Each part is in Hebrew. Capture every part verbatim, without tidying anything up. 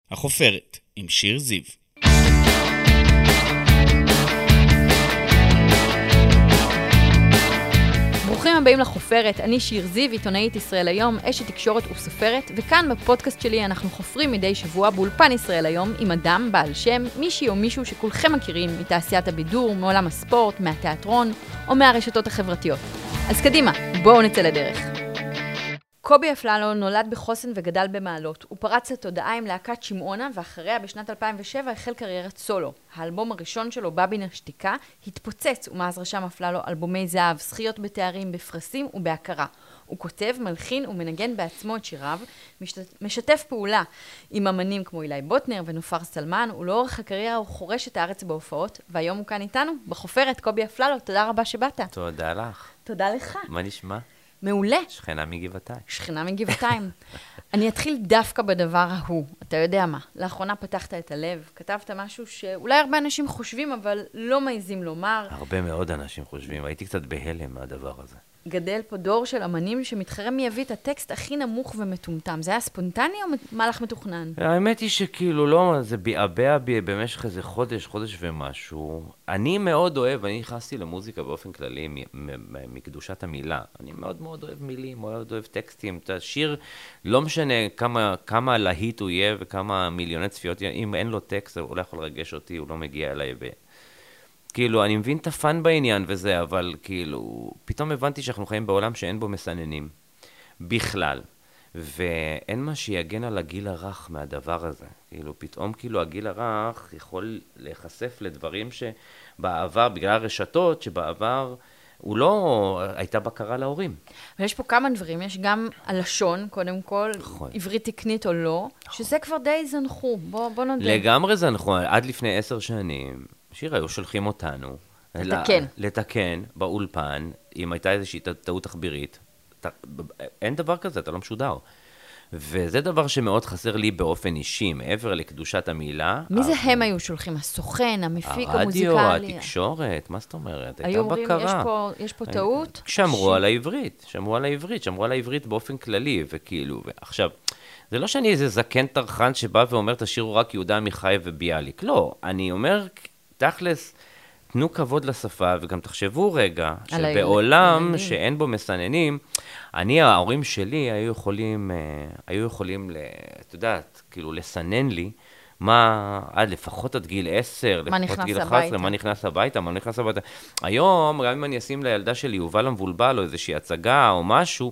החופרת, עם שיר זיו. ברוכים הבאים לחופרת, אני שיר זיו, עיתונאית ישראל היום, אשת תקשורת וסופרת, וכאן בפודקאסט שלי אנחנו חופרים מדי שבוע באולפן ישראל היום עם אדם, בעל שם, מישהי או מישהו שכולכם מכירים מתעשיית הבידור, מעולם הספורט, מהתיאטרון או מהרשתות החברתיות. אז קדימה, בואו נצא לדרך. קובי אפללו נולד בחוסן וגדל במעלות. הוא פרץ לתודעה עם להקת שמעונה, ואחריה בשנת אלפיים ושבע החל קריירת סולו. האלבום הראשון שלו, בבין השתיקה, התפוצץ, ומאז רשם אפללו אלבומי זהב, זכיות בתארים, בפרסים ובהכרה. הוא כותב, מלחין ומנגן בעצמו את שיריו, משתף פעולה עם אמנים כמו אילי בוטנר ונופר סלמן, ולאורך הקריירה הוא חורש את הארץ בהופעות, והיום הוא כאן איתנו, בחופרת. קובי אפללו, תודה רבה שבאת. תודה לך. תודה לך. מה נשמע? מעולה. שכנה מגבעתיים. שכנה מגבעתיים. אני אתחיל דווקא בדבר ההוא. אתה יודע מה? לאחרונה פתחת את הלב, כתבת משהו שאולי הרבה אנשים חושבים, אבל לא מעיזים לומר. הרבה מאוד אנשים חושבים. הייתי קצת בהלם מהדבר הזה. גדל פה דור של אמנים שמתחרה מי יביא את הטקסט הכי נמוך ומטומטם. זה היה ספונטני או מהלך מתוכנן? האמת היא שכאילו לא, זה ביעבע בי במשך איזה חודש, חודש ומשהו. אני מאוד אוהב, אני נכנסתי למוזיקה באופן כללי מקדושת המילה. אני מאוד מאוד אוהב מילים, מאוד אוהב טקסטים. את השיר, לא משנה כמה, כמה להיט הוא יהיה וכמה מיליוני צפיות, אם אין לו טקסט, הוא לא יכול לרגש אותי, הוא לא מגיע אליי ב... כאילו, אני מבין את הפן בעניין וזה, אבל כאילו, פתאום הבנתי שאנחנו חיים בעולם שאין בו מסננים. בכלל. ואין מה שיגן על הגיל הרך מהדבר הזה. כאילו, פתאום כאילו הגיל הרך יכול להיחשף לדברים שבעבר, בגלל הרשתות, שבעבר הוא לא הייתה בקרה להורים. ויש פה כמה דברים. יש גם הלשון, קודם כל, נכון. עברית תקנית או לא, נכון. שזה כבר די זנחו. בוא, בוא נודה. לגמרי זנחו. עד לפני עשר שנים, שיר היו שולחים אותנו לתקן. לתקן באולפן, אם הייתה איזושהי טעות תחבירית, אין דבר כזה, אתה לא משודר. וזה דבר שמאוד חסר לי באופן אישי, מעבר לקדושת המילה. מי זה הם היו שולחים? הסוכן, המפיק, המוזיקלי? הרדיו, התקשורת, מה זאת אומרת? היו אומרים, יש פה טעות? שמרו על העברית, שמרו על העברית, שמרו על העברית באופן כללי, וכאילו, עכשיו, זה לא שאני איזה זקן טרחן שבא ואומר, תשאירו רק יהודה עמיחי וביאליק. לא, אני אומר, תכלס, תנו כבוד לשפה, וגם תחשבו רגע, שבעולם שאין בו מסננים, אני, ההורים שלי היו יכולים, היו יכולים, אתה יודעת, כאילו, לסנן לי, מה, עד לפחות עד גיל עשר, לפחות גיל אחת עשרה, מה נכנס הביתה, מה נכנס הביתה. היום, גם אם אני אשים לילדה שלי יובל המבולבל, או איזושהי הצגה, או משהו,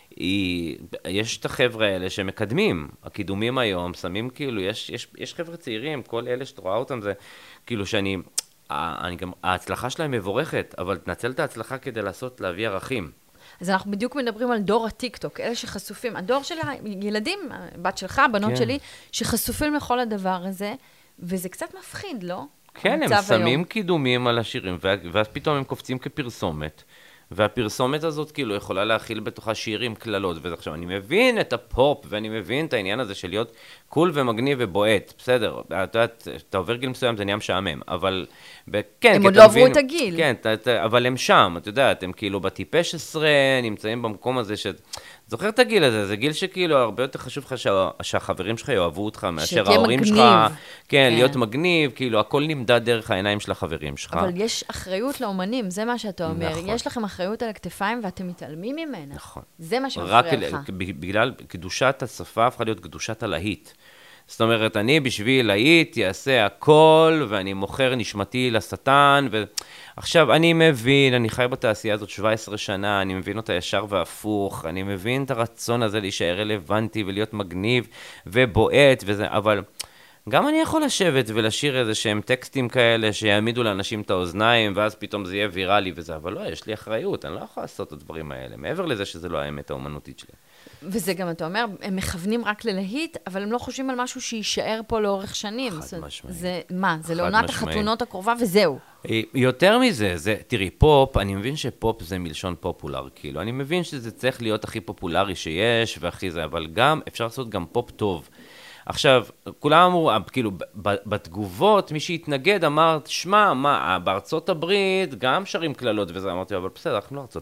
היא, יש את החבר'ה האלה שמקדמים, הקידומים היום, שמים כאילו, יש, יש, יש חבר'ה צעירים, כל אלה שאת רואה אותם זה, כאילו שאני, אני גם, ההצלחה שלהם מבורכת, אבל תנצל את ההצלחה כדי לעשות, להביא ערכים. אז אנחנו בדיוק מדברים על דור הטיק-טוק, אלה שחשופים, הדור של הילדים, בת שלך, בנות כן. שלי, שחשופים לכל הדבר הזה, וזה קצת מפחיד, לא? כן, הם שמים היום. קידומים על השירים, ואז פתאום הם קופצים כפרסומת, והפרסומת הזאת כאילו יכולה להכיל בתוכה שירים כללות, ועכשיו אני מבין את הפופ, ואני מבין את העניין הזה של להיות קול ומגניב ובועט, בסדר, אתה, אתה, אתה עובר גיל מסוים, זה נהיה משעמם, אבל כן, הם עוד לא עברו את הגיל. כן, אתה, אבל הם שם, אתה יודע, הם כאילו בטיפש עשרה, נמצאים במקום הזה ש... זוכר את הגיל הזה, זה גיל שכאילו הרבה יותר חשוב לך שה, שהחברים שלך יאהבו אותך, מאשר ההורים שלך. כן, כן, להיות מגניב, כאילו הכל נמדד דרך העיניים של החברים שלך. אבל יש אחריות לאומנים, זה מה שאתה אומר. נכון. יש לכם אחריות על הכתפיים ואתם מתעלמים ממנה. נכון. זה מה שמפריע לך. רק בגלל קדושת השפה הפכה להיות קדושת הלהיט. זאת אומרת, אני בשביל להיט יעשה הכל, ואני מוכר נשמתי לשטן, ו... עכשיו, אני מבין, אני חי בתעשייה הזאת שבע עשרה שנה, אני מבין אותה ישר והפוך, אני מבין את הרצון הזה להישאר רלוונטי ולהיות מגניב ובועט וזה, אבל גם אני יכול לשבת ולשיר איזה שהם טקסטים כאלה שיעמידו לאנשים את האוזניים, ואז פתאום זה יהיה ויראלי וזה, אבל לא, יש לי אחריות, אני לא יכול לעשות את הדברים האלה, מעבר לזה שזה לא האמת האומנותית שלי. וזה גם, אתה אומר, הם מכוונים רק ללהיט, אבל הם לא חושבים על משהו שיישאר פה לאורך שנים. חד משמעי. זה, מה? זה לעונת החתונות הקרובה וזהו. יותר מזה, זה, תראי, פופ, אני מבין שפופ זה מלשון פופולר, כאילו, אני מבין שזה צריך להיות הכי פופולרי שיש, והכי זה, אבל גם, אפשר לעשות גם פופ טוב. עכשיו, כולם אמרו, כאילו, בתגובות, מי שהתנגד אמר, שמע, מה, בארצות הברית גם שרים כללות וזה, אמרתי, אבל בסדר, אנחנו לא ארצות הברית.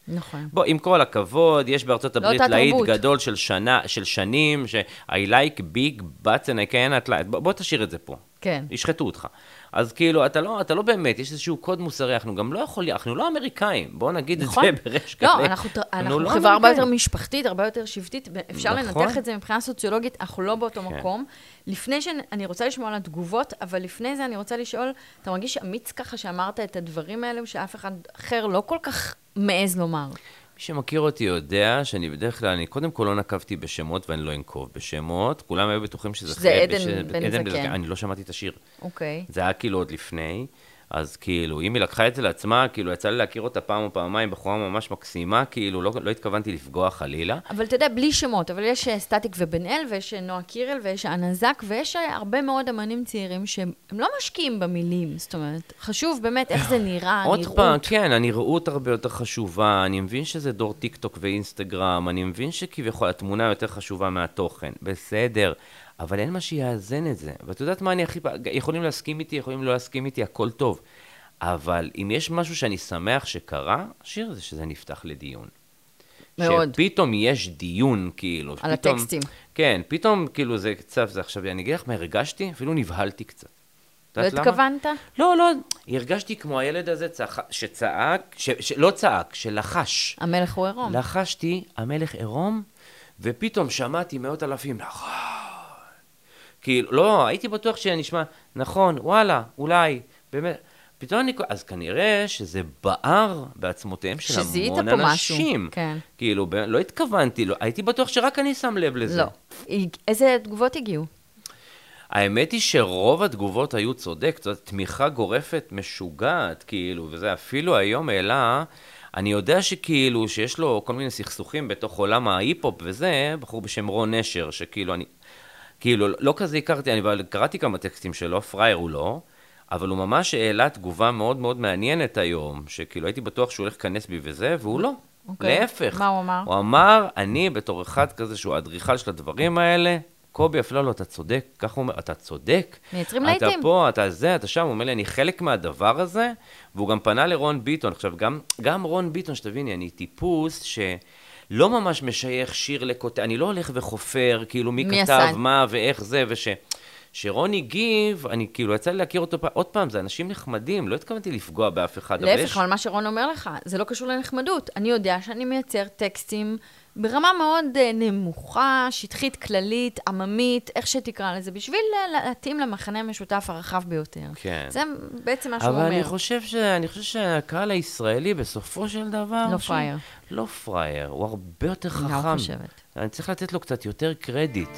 נכון. בוא, עם כל הכבוד, יש בארצות הברית אותה להיט תרבות. גדול של שנה, של שנים, ש- I like big butts and I cannot lie. בוא, בוא תשאיר את זה פה. כן. ישחטו אותך. אז כאילו, אתה לא, אתה לא באמת, יש איזשהו קוד מוסרי, אנחנו גם לא יכולים, אנחנו לא אמריקאים, בואו נגיד נכון. את זה בריש לא, גלי. אנחנו, אנחנו לא חברה הרבה יותר אמריקאים. משפחתית, הרבה יותר שבטית, אפשר נכון. לנתח את זה מבחינה סוציולוגית, אנחנו לא באותו כן. מקום. לפני שאני רוצה לשמוע על התגובות, אבל לפני זה אני רוצה לשאול, אתה מרגיש אמיץ ככה שאמרת את הדברים האלו, שאף אחד אחר לא כל כך מעז לומר? מי שמכיר אותי יודע שאני בדרך כלל, אני קודם כל לא נקבתי בשמות ואני לא אנקוב בשמות, כולם היו בטוחים שזה שזה חייב עדן בש- בן עדן זקן. אני לא שמעתי את השיר. אוקיי. זה היה כאילו עוד לפני, אז כאילו, אם היא לקחה את זה לעצמה, כאילו יצא לי להכיר אותה פעם או פעמיים, בחורה ממש מקסימה, כאילו לא, לא התכוונתי לפגוע חלילה. אבל אתה יודע, בלי שמות, אבל יש אה, סטטיק ובן אל, ויש אה, נועה קירל, ויש אנה זק, ויש אה, הרבה מאוד אמנים צעירים שהם הם לא משקיעים במילים, זאת אומרת, חשוב באמת איך זה נראה, עוד נראות. פעם, כן, הנראות הרבה יותר חשובה, אני מבין שזה דור טיק טוק ואינסטגרם, אני מבין שכביכול התמונה יותר חשובה מהתוכן, בסדר, אבל אין מה שיאזן את זה. ואת יודעת מה אני הכי... יכולים להסכים איתי, יכולים לא להסכים איתי, הכל טוב. אבל אם יש משהו שאני שמח שקרה, שיר זה שזה נפתח לדיון. מאוד. שפתאום יש דיון, כאילו. על פתאום, הטקסטים. כן, פתאום, כאילו, זה קצת, זה עכשיו, אני אגיד לך מה הרגשתי, אפילו נבהלתי קצת. לא יודעת למה? התכוונת? לא, לא, הרגשתי כמו הילד הזה צח... שצעק, ש... שלא צעק, שלחש. המלך הוא עירום. לחשתי, המלך עירום, ופתאום שמעתי מאות אלפים, נכון. כאילו, לא, הייתי בטוח שנשמע, נכון, וואלה, אולי, באמת. פתאום אני... אז כנראה שזה בער בעצמותיהם של שזיהית המון פה משהו, אנשים. כן. כאילו, ב... לא התכוונתי, לא... הייתי בטוח שרק אני שם לב לזה. לא. איזה תגובות הגיעו? האמת היא שרוב התגובות היו צודק, זאת תמיכה גורפת משוגעת, כאילו, וזה אפילו היום העלה, אני יודע שכאילו, שיש לו כל מיני סכסוכים בתוך עולם ההיפ-הופ וזה, בחור בשם רון נשר, שכאילו אני, כאילו, לא כזה הכרתי, אני קראתי כמה טקסטים שלו, פרייר הוא לא, אבל הוא ממש העלה תגובה מאוד מאוד מעניינת היום, שכאילו הייתי בטוח שהוא הולך להיכנס בי וזה, והוא לא. אוקיי. להפך. מה הוא אמר? הוא אמר, אני בתור אחד כזה שהוא אדריכל של הדברים האלה, קובי, אפילו לא, אתה צודק, ככה הוא אומר, אתה צודק. מייצרים אתה להיטים. פה, אתה זה, אתה שם, הוא אומר לי, אני חלק מהדבר הזה, והוא גם פנה לרון ביטון. עכשיו, גם, גם רון ביטון, שתביני, אני טיפוס שלא ממש משייך שיר לכותב, אני לא הולך וחופר, כאילו מי, מי כתב, עשה? מה ואיך זה, וש... שרון הגיב, אני כאילו יצא לי להכיר אותו פעם, עוד פעם, זה אנשים נחמדים, לא התכוונתי לפגוע באף אחד. אבל להפך, יש- אבל מה שרון אומר לך, זה לא קשור לנחמדות. אני יודע שאני מייצר טקסטים ברמה מאוד אה, נמוכה, שטחית, כללית, עממית, איך שתקרא לזה, בשביל לה- להתאים למחנה המשותף הרחב ביותר. כן. זה בעצם מה שהוא אבל אומר. אני חושב, ש... אני חושב שהקהל הישראלי בסופו של דבר... לא ש- פראייר. לא פראייר, הוא הרבה יותר אני גם חכם. חושבת. אני צריך לתת לו קצת יותר קרדיט.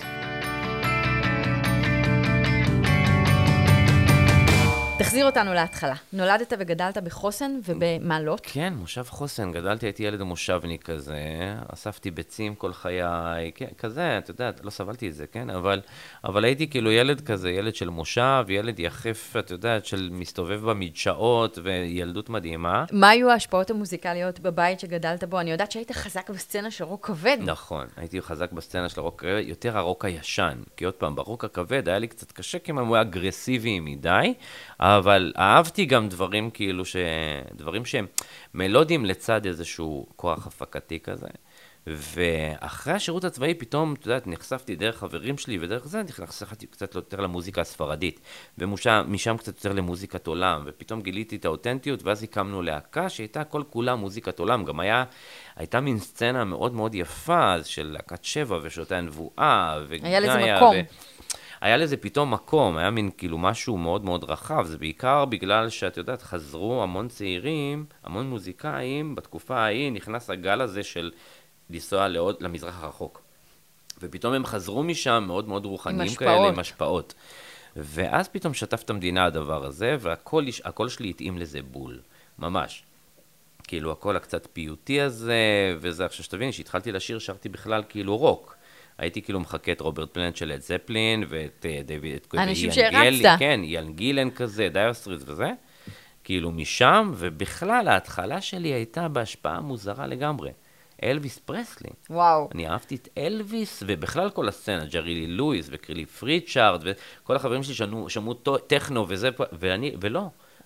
תחזיר אותנו להתחלה. נולדת וגדלת בחוסן ובמעלות. כן, מושב חוסן, גדלתי, הייתי ילד מושבני כזה, אספתי ביצים כל חיי, כן, כזה, אתה יודע, לא סבלתי את זה, כן? אבל, אבל הייתי כאילו ילד כזה, ילד של מושב, ילד יחף, אתה יודע, של מסתובב במדשאות וילדות מדהימה. מה היו ההשפעות המוזיקליות בבית שגדלת בו? אני יודעת שהיית חזק בסצנה של רוק כבד. נכון, הייתי חזק בסצנה של הרוק הכבד, יותר הרוק הישן, כי עוד פעם, ברוק הכבד היה לי קצת קשה, כי הוא היה אגרסיבי מדי, אבל אהבתי גם דברים כאילו ש... דברים שהם מלודיים לצד איזשהו כוח הפקתי כזה. ואחרי השירות הצבאי פתאום, אתה יודעת, נחשפתי דרך חברים שלי, ודרך זה נחשפתי קצת יותר למוזיקה הספרדית, ומשם קצת יותר למוזיקת עולם, ופתאום גיליתי את האותנטיות, ואז הקמנו להקה שהייתה כל כולה מוזיקת עולם, גם היה, הייתה מין סצנה מאוד מאוד יפה, של להקת שבע ושותי הנבואה, וגניה, היה לזה מקום. ו... היה לזה פתאום מקום, היה מין כאילו משהו מאוד מאוד רחב, זה בעיקר בגלל שאת יודעת, חזרו המון צעירים, המון מוזיקאים, בתקופה ההיא נכנס הגל הזה של לנסוע לעוד, למזרח הרחוק. ופתאום הם חזרו משם מאוד מאוד רוחניים כאלה, עם השפעות. ואז פתאום שטף את המדינה הדבר הזה, והקול שלי התאים לזה בול, ממש. כאילו הכל הקצת פיוטי הזה, וזה עכשיו שתביני, שהתחלתי לשיר, שרתי בכלל כאילו רוק. הייתי כאילו מחכה את רוברט פלנט של את זפלין, ואת דיוויד, אנשים שהרצת. כן, איאן גילן כזה, דייר סטריט וזה. כאילו משם, ובכלל ההתחלה שלי הייתה בהשפעה מוזרה לגמרי. אלוויס פרסלי. וואו. אני אהבתי את אלוויס, ובכלל כל הסצנה, ג'רי לי לואיס וקרילי פריצ'ארד, וכל החברים שלי שמעו, שמעו טכנו וזה, ואני, ולא.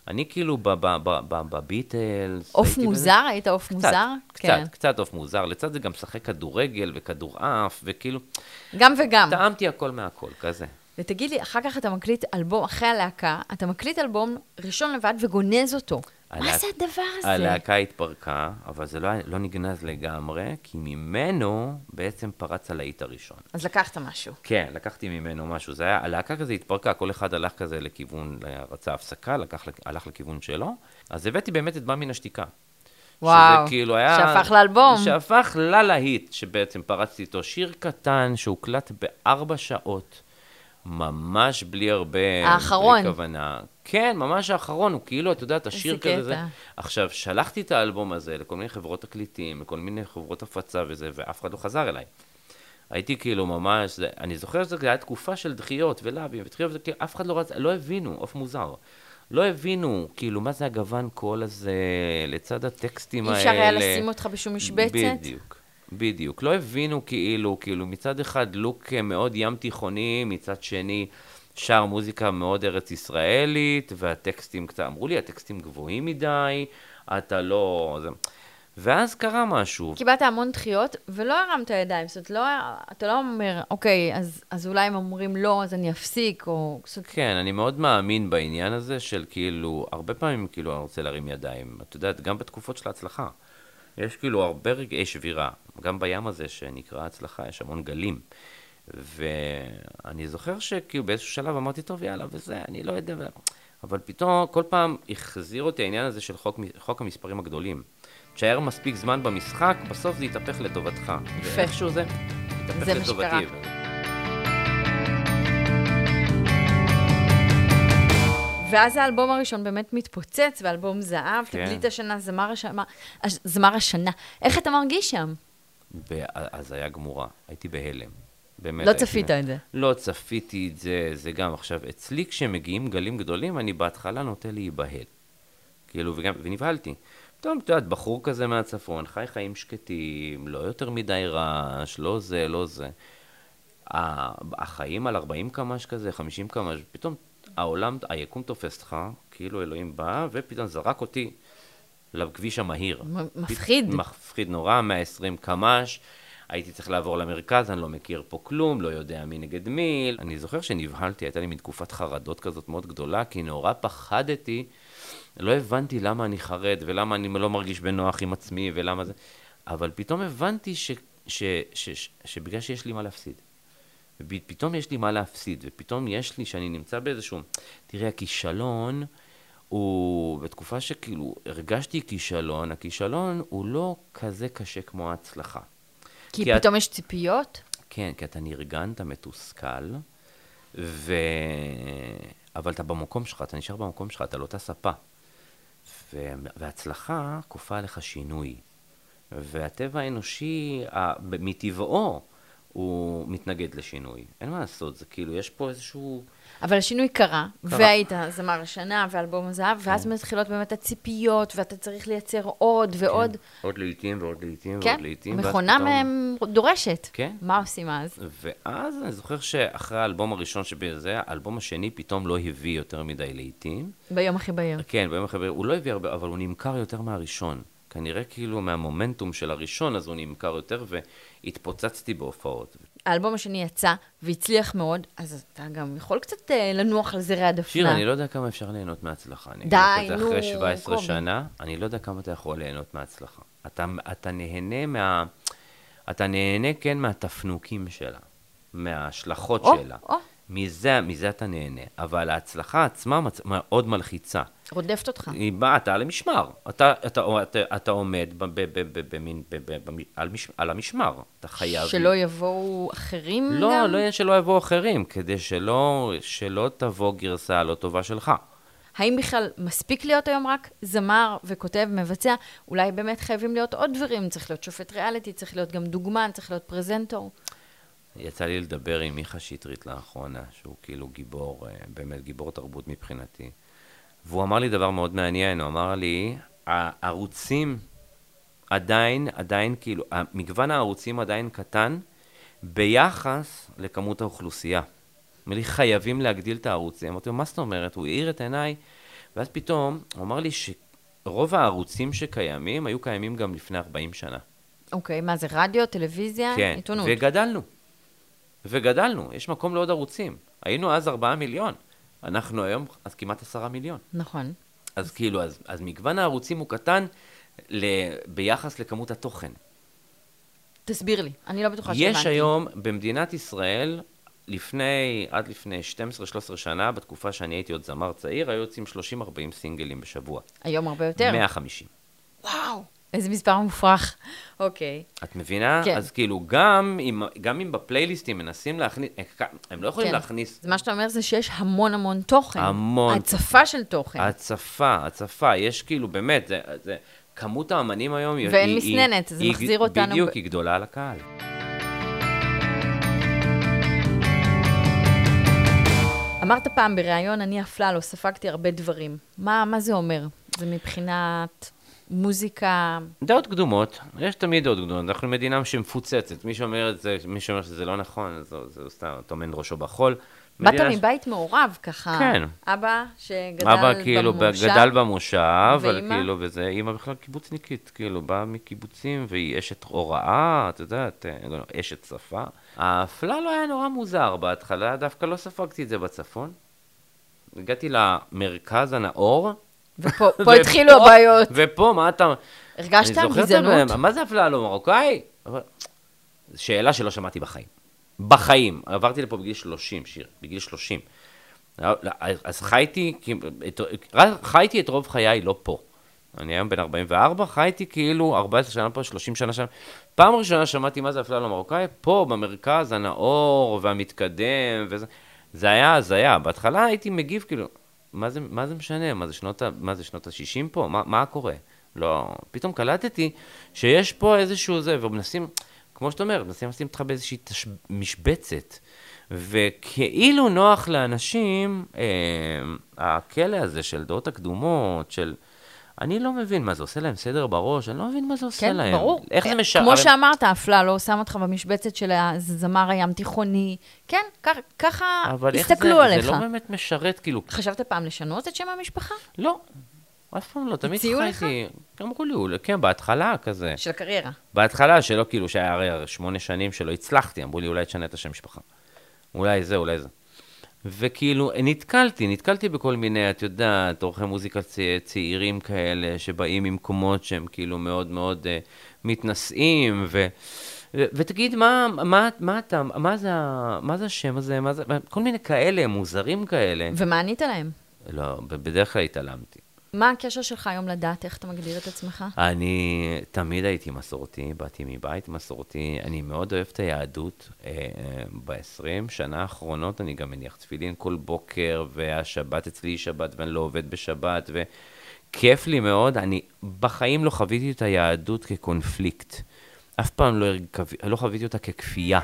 אני כאילו בביטלס... אוף מוזר? היית אוף מוזר? קצת, קצת אוף מוזר. לצד זה גם שחק כדורגל וכדורעף, וכאילו... גם וגם. טעמתי הכל מהכל, כזה. ותגיד לי, אחר כך אתה מקליט אלבום, אחרי הלהקה, אתה מקליט אלבום ראשון לבד וגונז אותו. מה זה הדבר הזה? הלהקה התפרקה, אבל זה לא נגנז לגמרי, כי ממנו בעצם פרץ הלהיט הראשון. אז לקחת משהו. כן, לקחתי ממנו משהו. זה היה, הלהקה כזה התפרקה, כל אחד הלך כזה לכיוון, רצה הפסקה, לקח, הלך לכיוון שלו. אז הבאתי באמת את בא מן השתיקה. וואו, כאילו היה, שהפך לאלבום. שהפך ללהיט, שבעצם פרצתי איתו שיר קטן, שהוקלט בארבע שעות. ממש בלי הרבה... האחרון. בלי כוונה. כן, ממש האחרון, הוא כאילו, אתה יודע, את השיר כזה. זה. עכשיו, שלחתי את האלבום הזה לכל מיני חברות תקליטים, לכל מיני חברות הפצה וזה, ואף אחד לא חזר אליי. הייתי כאילו ממש, זה, אני זוכר שזה היה תקופה של דחיות ולאבים ודחיות, וזה, כאילו, אף אחד לא רצה, לא הבינו, אוף מוזר. לא הבינו, כאילו, מה זה הגוון קול הזה, לצד הטקסטים האלה. אי אפשר היה לשים אותך בשום משבצת? בדיוק. בדיוק, לא הבינו כאילו, כאילו מצד אחד לוק מאוד ים תיכוני, מצד שני שר מוזיקה מאוד ארץ ישראלית, והטקסטים קצת, אמרו לי, הטקסטים גבוהים מדי, אתה לא... זה... ואז קרה משהו. קיבלת המון דחיות, ולא הרמת ידיים, זאת אומרת, לא, אתה לא אומר, אוקיי, אז, אז אולי הם אומרים לא, אז אני אפסיק, או... כן, אני מאוד מאמין בעניין הזה של כאילו, הרבה פעמים כאילו אני רוצה להרים ידיים, את יודעת, גם בתקופות של ההצלחה. יש כאילו הרבה רגעי שבירה, גם בים הזה שנקרא הצלחה, יש המון גלים. ואני זוכר שכאילו באיזשהו שלב אמרתי, טוב, יאללה, וזה, אני לא יודע. אבל פתאום כל פעם החזיר אותי העניין הזה של חוק, חוק המספרים הגדולים. תשאר מספיק זמן במשחק, בסוף זה יתהפך לטובתך. יפה. ואיכשהו זה יתהפך זה לטובתי. משקרה. ואז האלבום הראשון באמת מתפוצץ, ואלבום זהב, כן. תגלית השנה, זמר השנה, זמר השנה. איך אתה מרגיש שם? אז היה גמורה, הייתי בהלם. באמת, לא צפית את זה. לא צפיתי את זה, זה גם עכשיו, אצלי כשמגיעים גלים גדולים, אני בהתחלה נוטה להיבהל. כאילו, וגם, ונבהלתי. פתאום, אתה יודעת, בחור כזה מהצפון, חי חיים שקטים, לא יותר מדי רעש, לא זה, לא זה. החיים על ארבעים קמ"ש כזה, חמישים קמ"ש, פתאום העולם, היקום תופס לך, כאילו אלוהים בא, ופתאום זרק אותי לכביש המהיר. מפחיד. מפחיד נורא, מאה ועשרים קמ"ש. הייתי צריך לעבור למרכז, אני לא מכיר פה כלום, לא יודע מי נגד מי. אני זוכר שנבהלתי, הייתה לי מתקופת חרדות כזאת מאוד גדולה, כי נורא פחדתי, לא הבנתי למה אני חרד, ולמה אני לא מרגיש בנוח עם עצמי, ולמה זה. אבל פתאום הבנתי ש, ש, ש, ש, שבגלל שיש לי מה להפסיד. ופתאום יש לי מה להפסיד, ופתאום יש לי שאני נמצא באיזשהו... תראה, הכישלון הוא... בתקופה שכאילו הרגשתי כישלון, הכישלון הוא לא כזה קשה כמו ההצלחה. כי, כי פתאום את... יש ציפיות? כן, כי אתה נרגן, אתה מתוסכל, ו... אבל אתה במקום שלך, אתה נשאר במקום שלך, אתה לא תספה. ו... והצלחה כופה עליך שינוי. והטבע האנושי, מטבעו, הוא מתנגד לשינוי. אין מה לעשות, זה כאילו, יש פה איזשהו... אבל השינוי קרה, קרה. והיית זמר השנה ואלבום הזהב, כן. ואז מתחילות באמת הציפיות, ואתה צריך לייצר עוד ועוד. כן. עוד לעיתים ועוד לעיתים כן. ועוד לעיתים. מכונה מהם פתאום... דורשת. כן. מה עושים אז? ואז אני זוכר שאחרי האלבום הראשון שבזה, האלבום השני פתאום לא הביא יותר מדי לעיתים. ביום הכי בהיר. כן, ביום הכי בהיר. הוא לא הביא הרבה, אבל הוא נמכר יותר מהראשון. כנראה כאילו מהמומנטום של הראשון, אז הוא נמכר יותר, והתפוצצתי בהופעות. האלבום השני יצא והצליח מאוד, אז אתה גם יכול קצת אה, לנוח על זרי הדפנה. שיר, אני לא יודע כמה אפשר ליהנות מההצלחה. די, נו. אחרי שבע עשרה שנה, אני לא יודע כמה אתה יכול ליהנות מההצלחה. אתה, אתה נהנה מה... אתה נהנה, כן, מהתפנוקים שלה, מההשלכות או, שלה. או. מזה, מזה אתה נהנה. אבל ההצלחה עצמה מאוד מלחיצה. רודפת אותך. היא באה, אתה על המשמר. אתה, אתה, אתה, אתה עומד ב, ב, ב, ב, במין, ב, ב, ב, על, מש, על המשמר. אתה חייב... שלא יבואו אחרים לא, גם? לא, לא יהיה שלא יבואו אחרים, כדי שלא, שלא תבוא גרסה לא טובה שלך. האם בכלל מספיק להיות היום רק זמר וכותב, מבצע? אולי באמת חייבים להיות עוד דברים. צריך להיות שופט ריאליטי, צריך להיות גם דוגמן, צריך להיות פרזנטור. יצא לי לדבר עם מיכה שטרית לאחרונה, שהוא כאילו גיבור, באמת גיבור תרבות מבחינתי. והוא אמר לי דבר מאוד מעניין, הוא אמר לי, הערוצים עדיין, עדיין כאילו, מגוון הערוצים עדיין קטן, ביחס לכמות האוכלוסייה. אמר לי, חייבים להגדיל את הערוצים. אמרתי לו, מה זאת אומרת? הוא העיר את עיניי, ואז פתאום הוא אמר לי שרוב הערוצים שקיימים, היו קיימים גם לפני ארבעים שנה. אוקיי, מה זה, רדיו, טלוויזיה, כן, עיתונות? וגדלנו. וגדלנו, יש מקום לעוד ערוצים. היינו אז ארבעה מיליון. אנחנו היום, אז כמעט עשרה מיליון. נכון. אז כאילו, אז, אז מגוון הערוצים הוא קטן ל, ביחס לכמות התוכן. תסביר לי, אני לא בטוחה שהבנתי. יש היום במדינת ישראל, לפני, עד לפני שתים עשרה שלוש עשרה שנה, בתקופה שאני הייתי עוד זמר צעיר, היו יוצאים שלושים ארבעים סינגלים בשבוע. היום הרבה יותר? מאה וחמישים. וואו, איזה מספר מופרך. אוקיי. את מבינה? כן. אז כאילו, גם אם, גם אם בפלייליסטים מנסים להכניס, הם לא יכולים כן. להכניס... אז מה שאתה אומר זה שיש המון המון תוכן. המון. הצפה של תוכן. הצפה, הצפה. יש כאילו, באמת, זה... זה כמות האמנים היום היא... ואין היא, מסננת, זה היא, מחזיר אותנו... בדיוק, ב... היא גדולה על הקהל. אמרת פעם בריאיון, אני אפללו, ספגתי הרבה דברים. מה, מה זה אומר? זה מבחינת מוזיקה... דעות קדומות, יש תמיד דעות קדומות, אנחנו מדינה שמפוצצת, מי שאומר את זה, מי שאומר שזה לא נכון, זה, זה סתם, טומן ראשו בחול. באת מדינה... מבית מעורב ככה. כן. אבא שגדל אבא כאילו במושב. גדל במושב, אבל ואמא? כאילו, וזה, אמא בכלל קיבוצניקית, כאילו, באה מקיבוצים, והיא אשת הוראה, את יודעת, אשת שפה. האפללו היה נורא מוזר בהתחלה, דווקא לא ספגתי את זה בצפון. הגעתי למרכז הנאור. ופה פה התחילו הבעיות. ופה, מה אתה... הרגשת גזענות? מה זה אפללו, מרוקאי? שאלה שלא שמעתי בחיים. בחיים. עברתי לפה בגיל שלושים, שיר, בגיל שלושים. אז חייתי, חייתי את רוב חיי לא פה. אני היום בן ארבעים וארבע, חייתי כאילו ארבע עשרה שנה פה, שלושים שנה שם. פעם ראשונה שמעתי מה זה אפללו מרוקאי, פה במרכז הנאור והמתקדם, וזה, זה היה, זה היה. בהתחלה הייתי מגיב כאילו, מה זה, מה זה משנה? מה זה שנות, מה זה שנות ה-שישים פה? מה, מה קורה? לא, פתאום קלטתי שיש פה איזשהו זה, ומנסים, כמו שאת אומרת, מנסים לשים אותך באיזושהי תש... משבצת, וכאילו נוח לאנשים, אה, הכלא הזה של דעות הקדומות, של... אני לא מבין מה זה עושה להם סדר בראש, אני לא מבין מה זה עושה כן, להם. כן, ברור. איך זה משער... כמו שאמרת, אפללו, שם אותך במשבצת של הזמר הים תיכוני. כן, ככה הסתכלו עליך. אבל איך זה, זה לא באמת משרת, כאילו... חשבת פעם לשנות את שם המשפחה? לא, אף פעם לא, תמיד הציעו חייתי... אמרו לי, כן, בהתחלה כזה. של הקריירה. בהתחלה שלא, כאילו, שהיה הרי שמונה שנים שלא הצלחתי, אמרו לי, אולי תשנה את השם משפחה. אולי זה, אולי זה. וכאילו, נתקלתי, נתקלתי בכל מיני, את יודעת, אורחי מוזיקה צי, צעירים כאלה, שבאים ממקומות שהם כאילו מאוד מאוד uh, מתנשאים, ו, ו, ותגיד, מה, מה, מה אתה, מה זה, מה זה השם הזה, מה זה, כל מיני כאלה, מוזרים כאלה. ומה ענית להם? לא, בדרך כלל התעלמתי. מה הקשר שלך היום לדעת? איך אתה מגדיר את עצמך? אני תמיד הייתי מסורתי, באתי מבית מסורתי, אני מאוד אוהב את היהדות. ב-עשרים שנה האחרונות אני גם מניח תפילין כל בוקר, והשבת אצלי שבת ואני לא עובד בשבת, וכיף לי מאוד. אני בחיים לא חוויתי את היהדות כקונפליקט. אף פעם לא, לא חוויתי אותה ככפייה.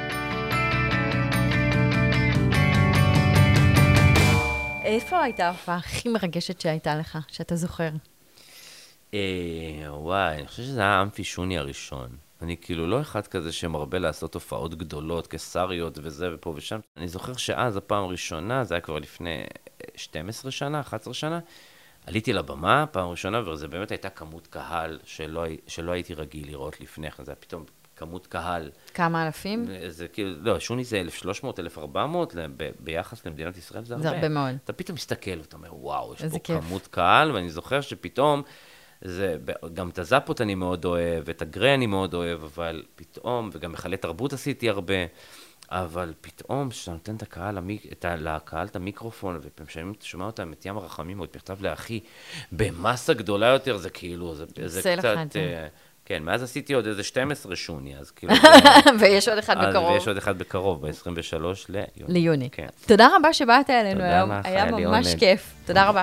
איפה הייתה ההופעה הכי מרגשת שהייתה לך, שאתה זוכר? אה, וואי, אני חושב שזה היה אמפי שוני הראשון. אני כאילו לא אחד כזה שמרבה לעשות הופעות גדולות, קיסריות וזה ופה ושם. אני זוכר שאז הפעם הראשונה, זה היה כבר לפני שתים עשרה שנה, אחת עשרה שנה, עליתי לבמה פעם ראשונה, וזה באמת הייתה כמות קהל שלא, שלא הייתי רגיל לראות לפני כן, זה היה פתאום כמות קהל. כמה אלפים? זה כאילו, לא, שוני זה אלף ושלוש מאות, אלף וארבע מאות, ב- ביחס למדינת ישראל זה הרבה. זה הרבה מאוד. אתה פתאום מסתכל, ואתה אומר, וואו, יש פה כיף. כמות קהל, ואני זוכר שפתאום, זה, גם את הזאפות אני מאוד אוהב, את הגרי אני מאוד אוהב, אבל פתאום, וגם מחלי תרבות עשיתי הרבה, אבל פתאום, כשאתה נותן את הקהל, את ה, לקהל את המיקרופון, ופעמים אתה שומע אותם, את ים הרחמים, או את מכתב לאחי, במסה גדולה יותר, זה כאילו, זה, זה קצת... כן, מאז עשיתי עוד איזה שתים עשרה שוני, אז כאילו... ויש עוד אחד בקרוב. ויש עוד אחד בקרוב, ב-עשרים ושלוש ליוני. ליוני. תודה רבה שבאת אלינו היום, היה לי ממש עונג. כיף. תודה רבה.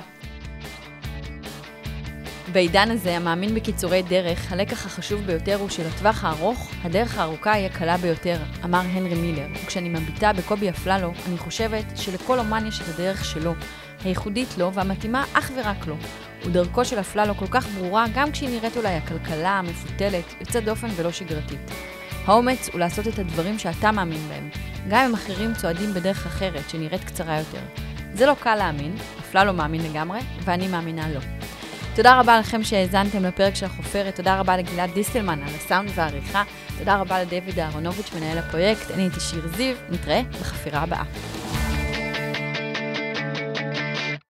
בעידן הזה, המאמין בקיצורי דרך, הלקח החשוב ביותר הוא שלטווח הארוך, הדרך הארוכה היא הקלה ביותר, אמר הנרי מילר. וכשאני מביטה בקובי אפללו, אני חושבת שלכל אומן יש את הדרך שלו, הייחודית לו והמתאימה אך ורק לו. ודרכו של אפללו כל כך ברורה גם כשהיא נראית אולי הכלכלה, המפותלת, יוצאת דופן ולא שגרתית. האומץ הוא לעשות את הדברים שאתה מאמין בהם, גם אם אחרים צועדים בדרך אחרת שנראית קצרה יותר. זה לא קל להאמין, אפלה לא מאמין לגמרי, ואני מאמינה לא. תודה רבה לכם שהאזנתם לפרק של החופרת, תודה רבה לגלעד דיסטלמן על הסאונד והעריכה, תודה רבה לדויד אהרונוביץ' מנהל הפרויקט, אני הייתי שיר זיו, נתראה בחפירה הבאה.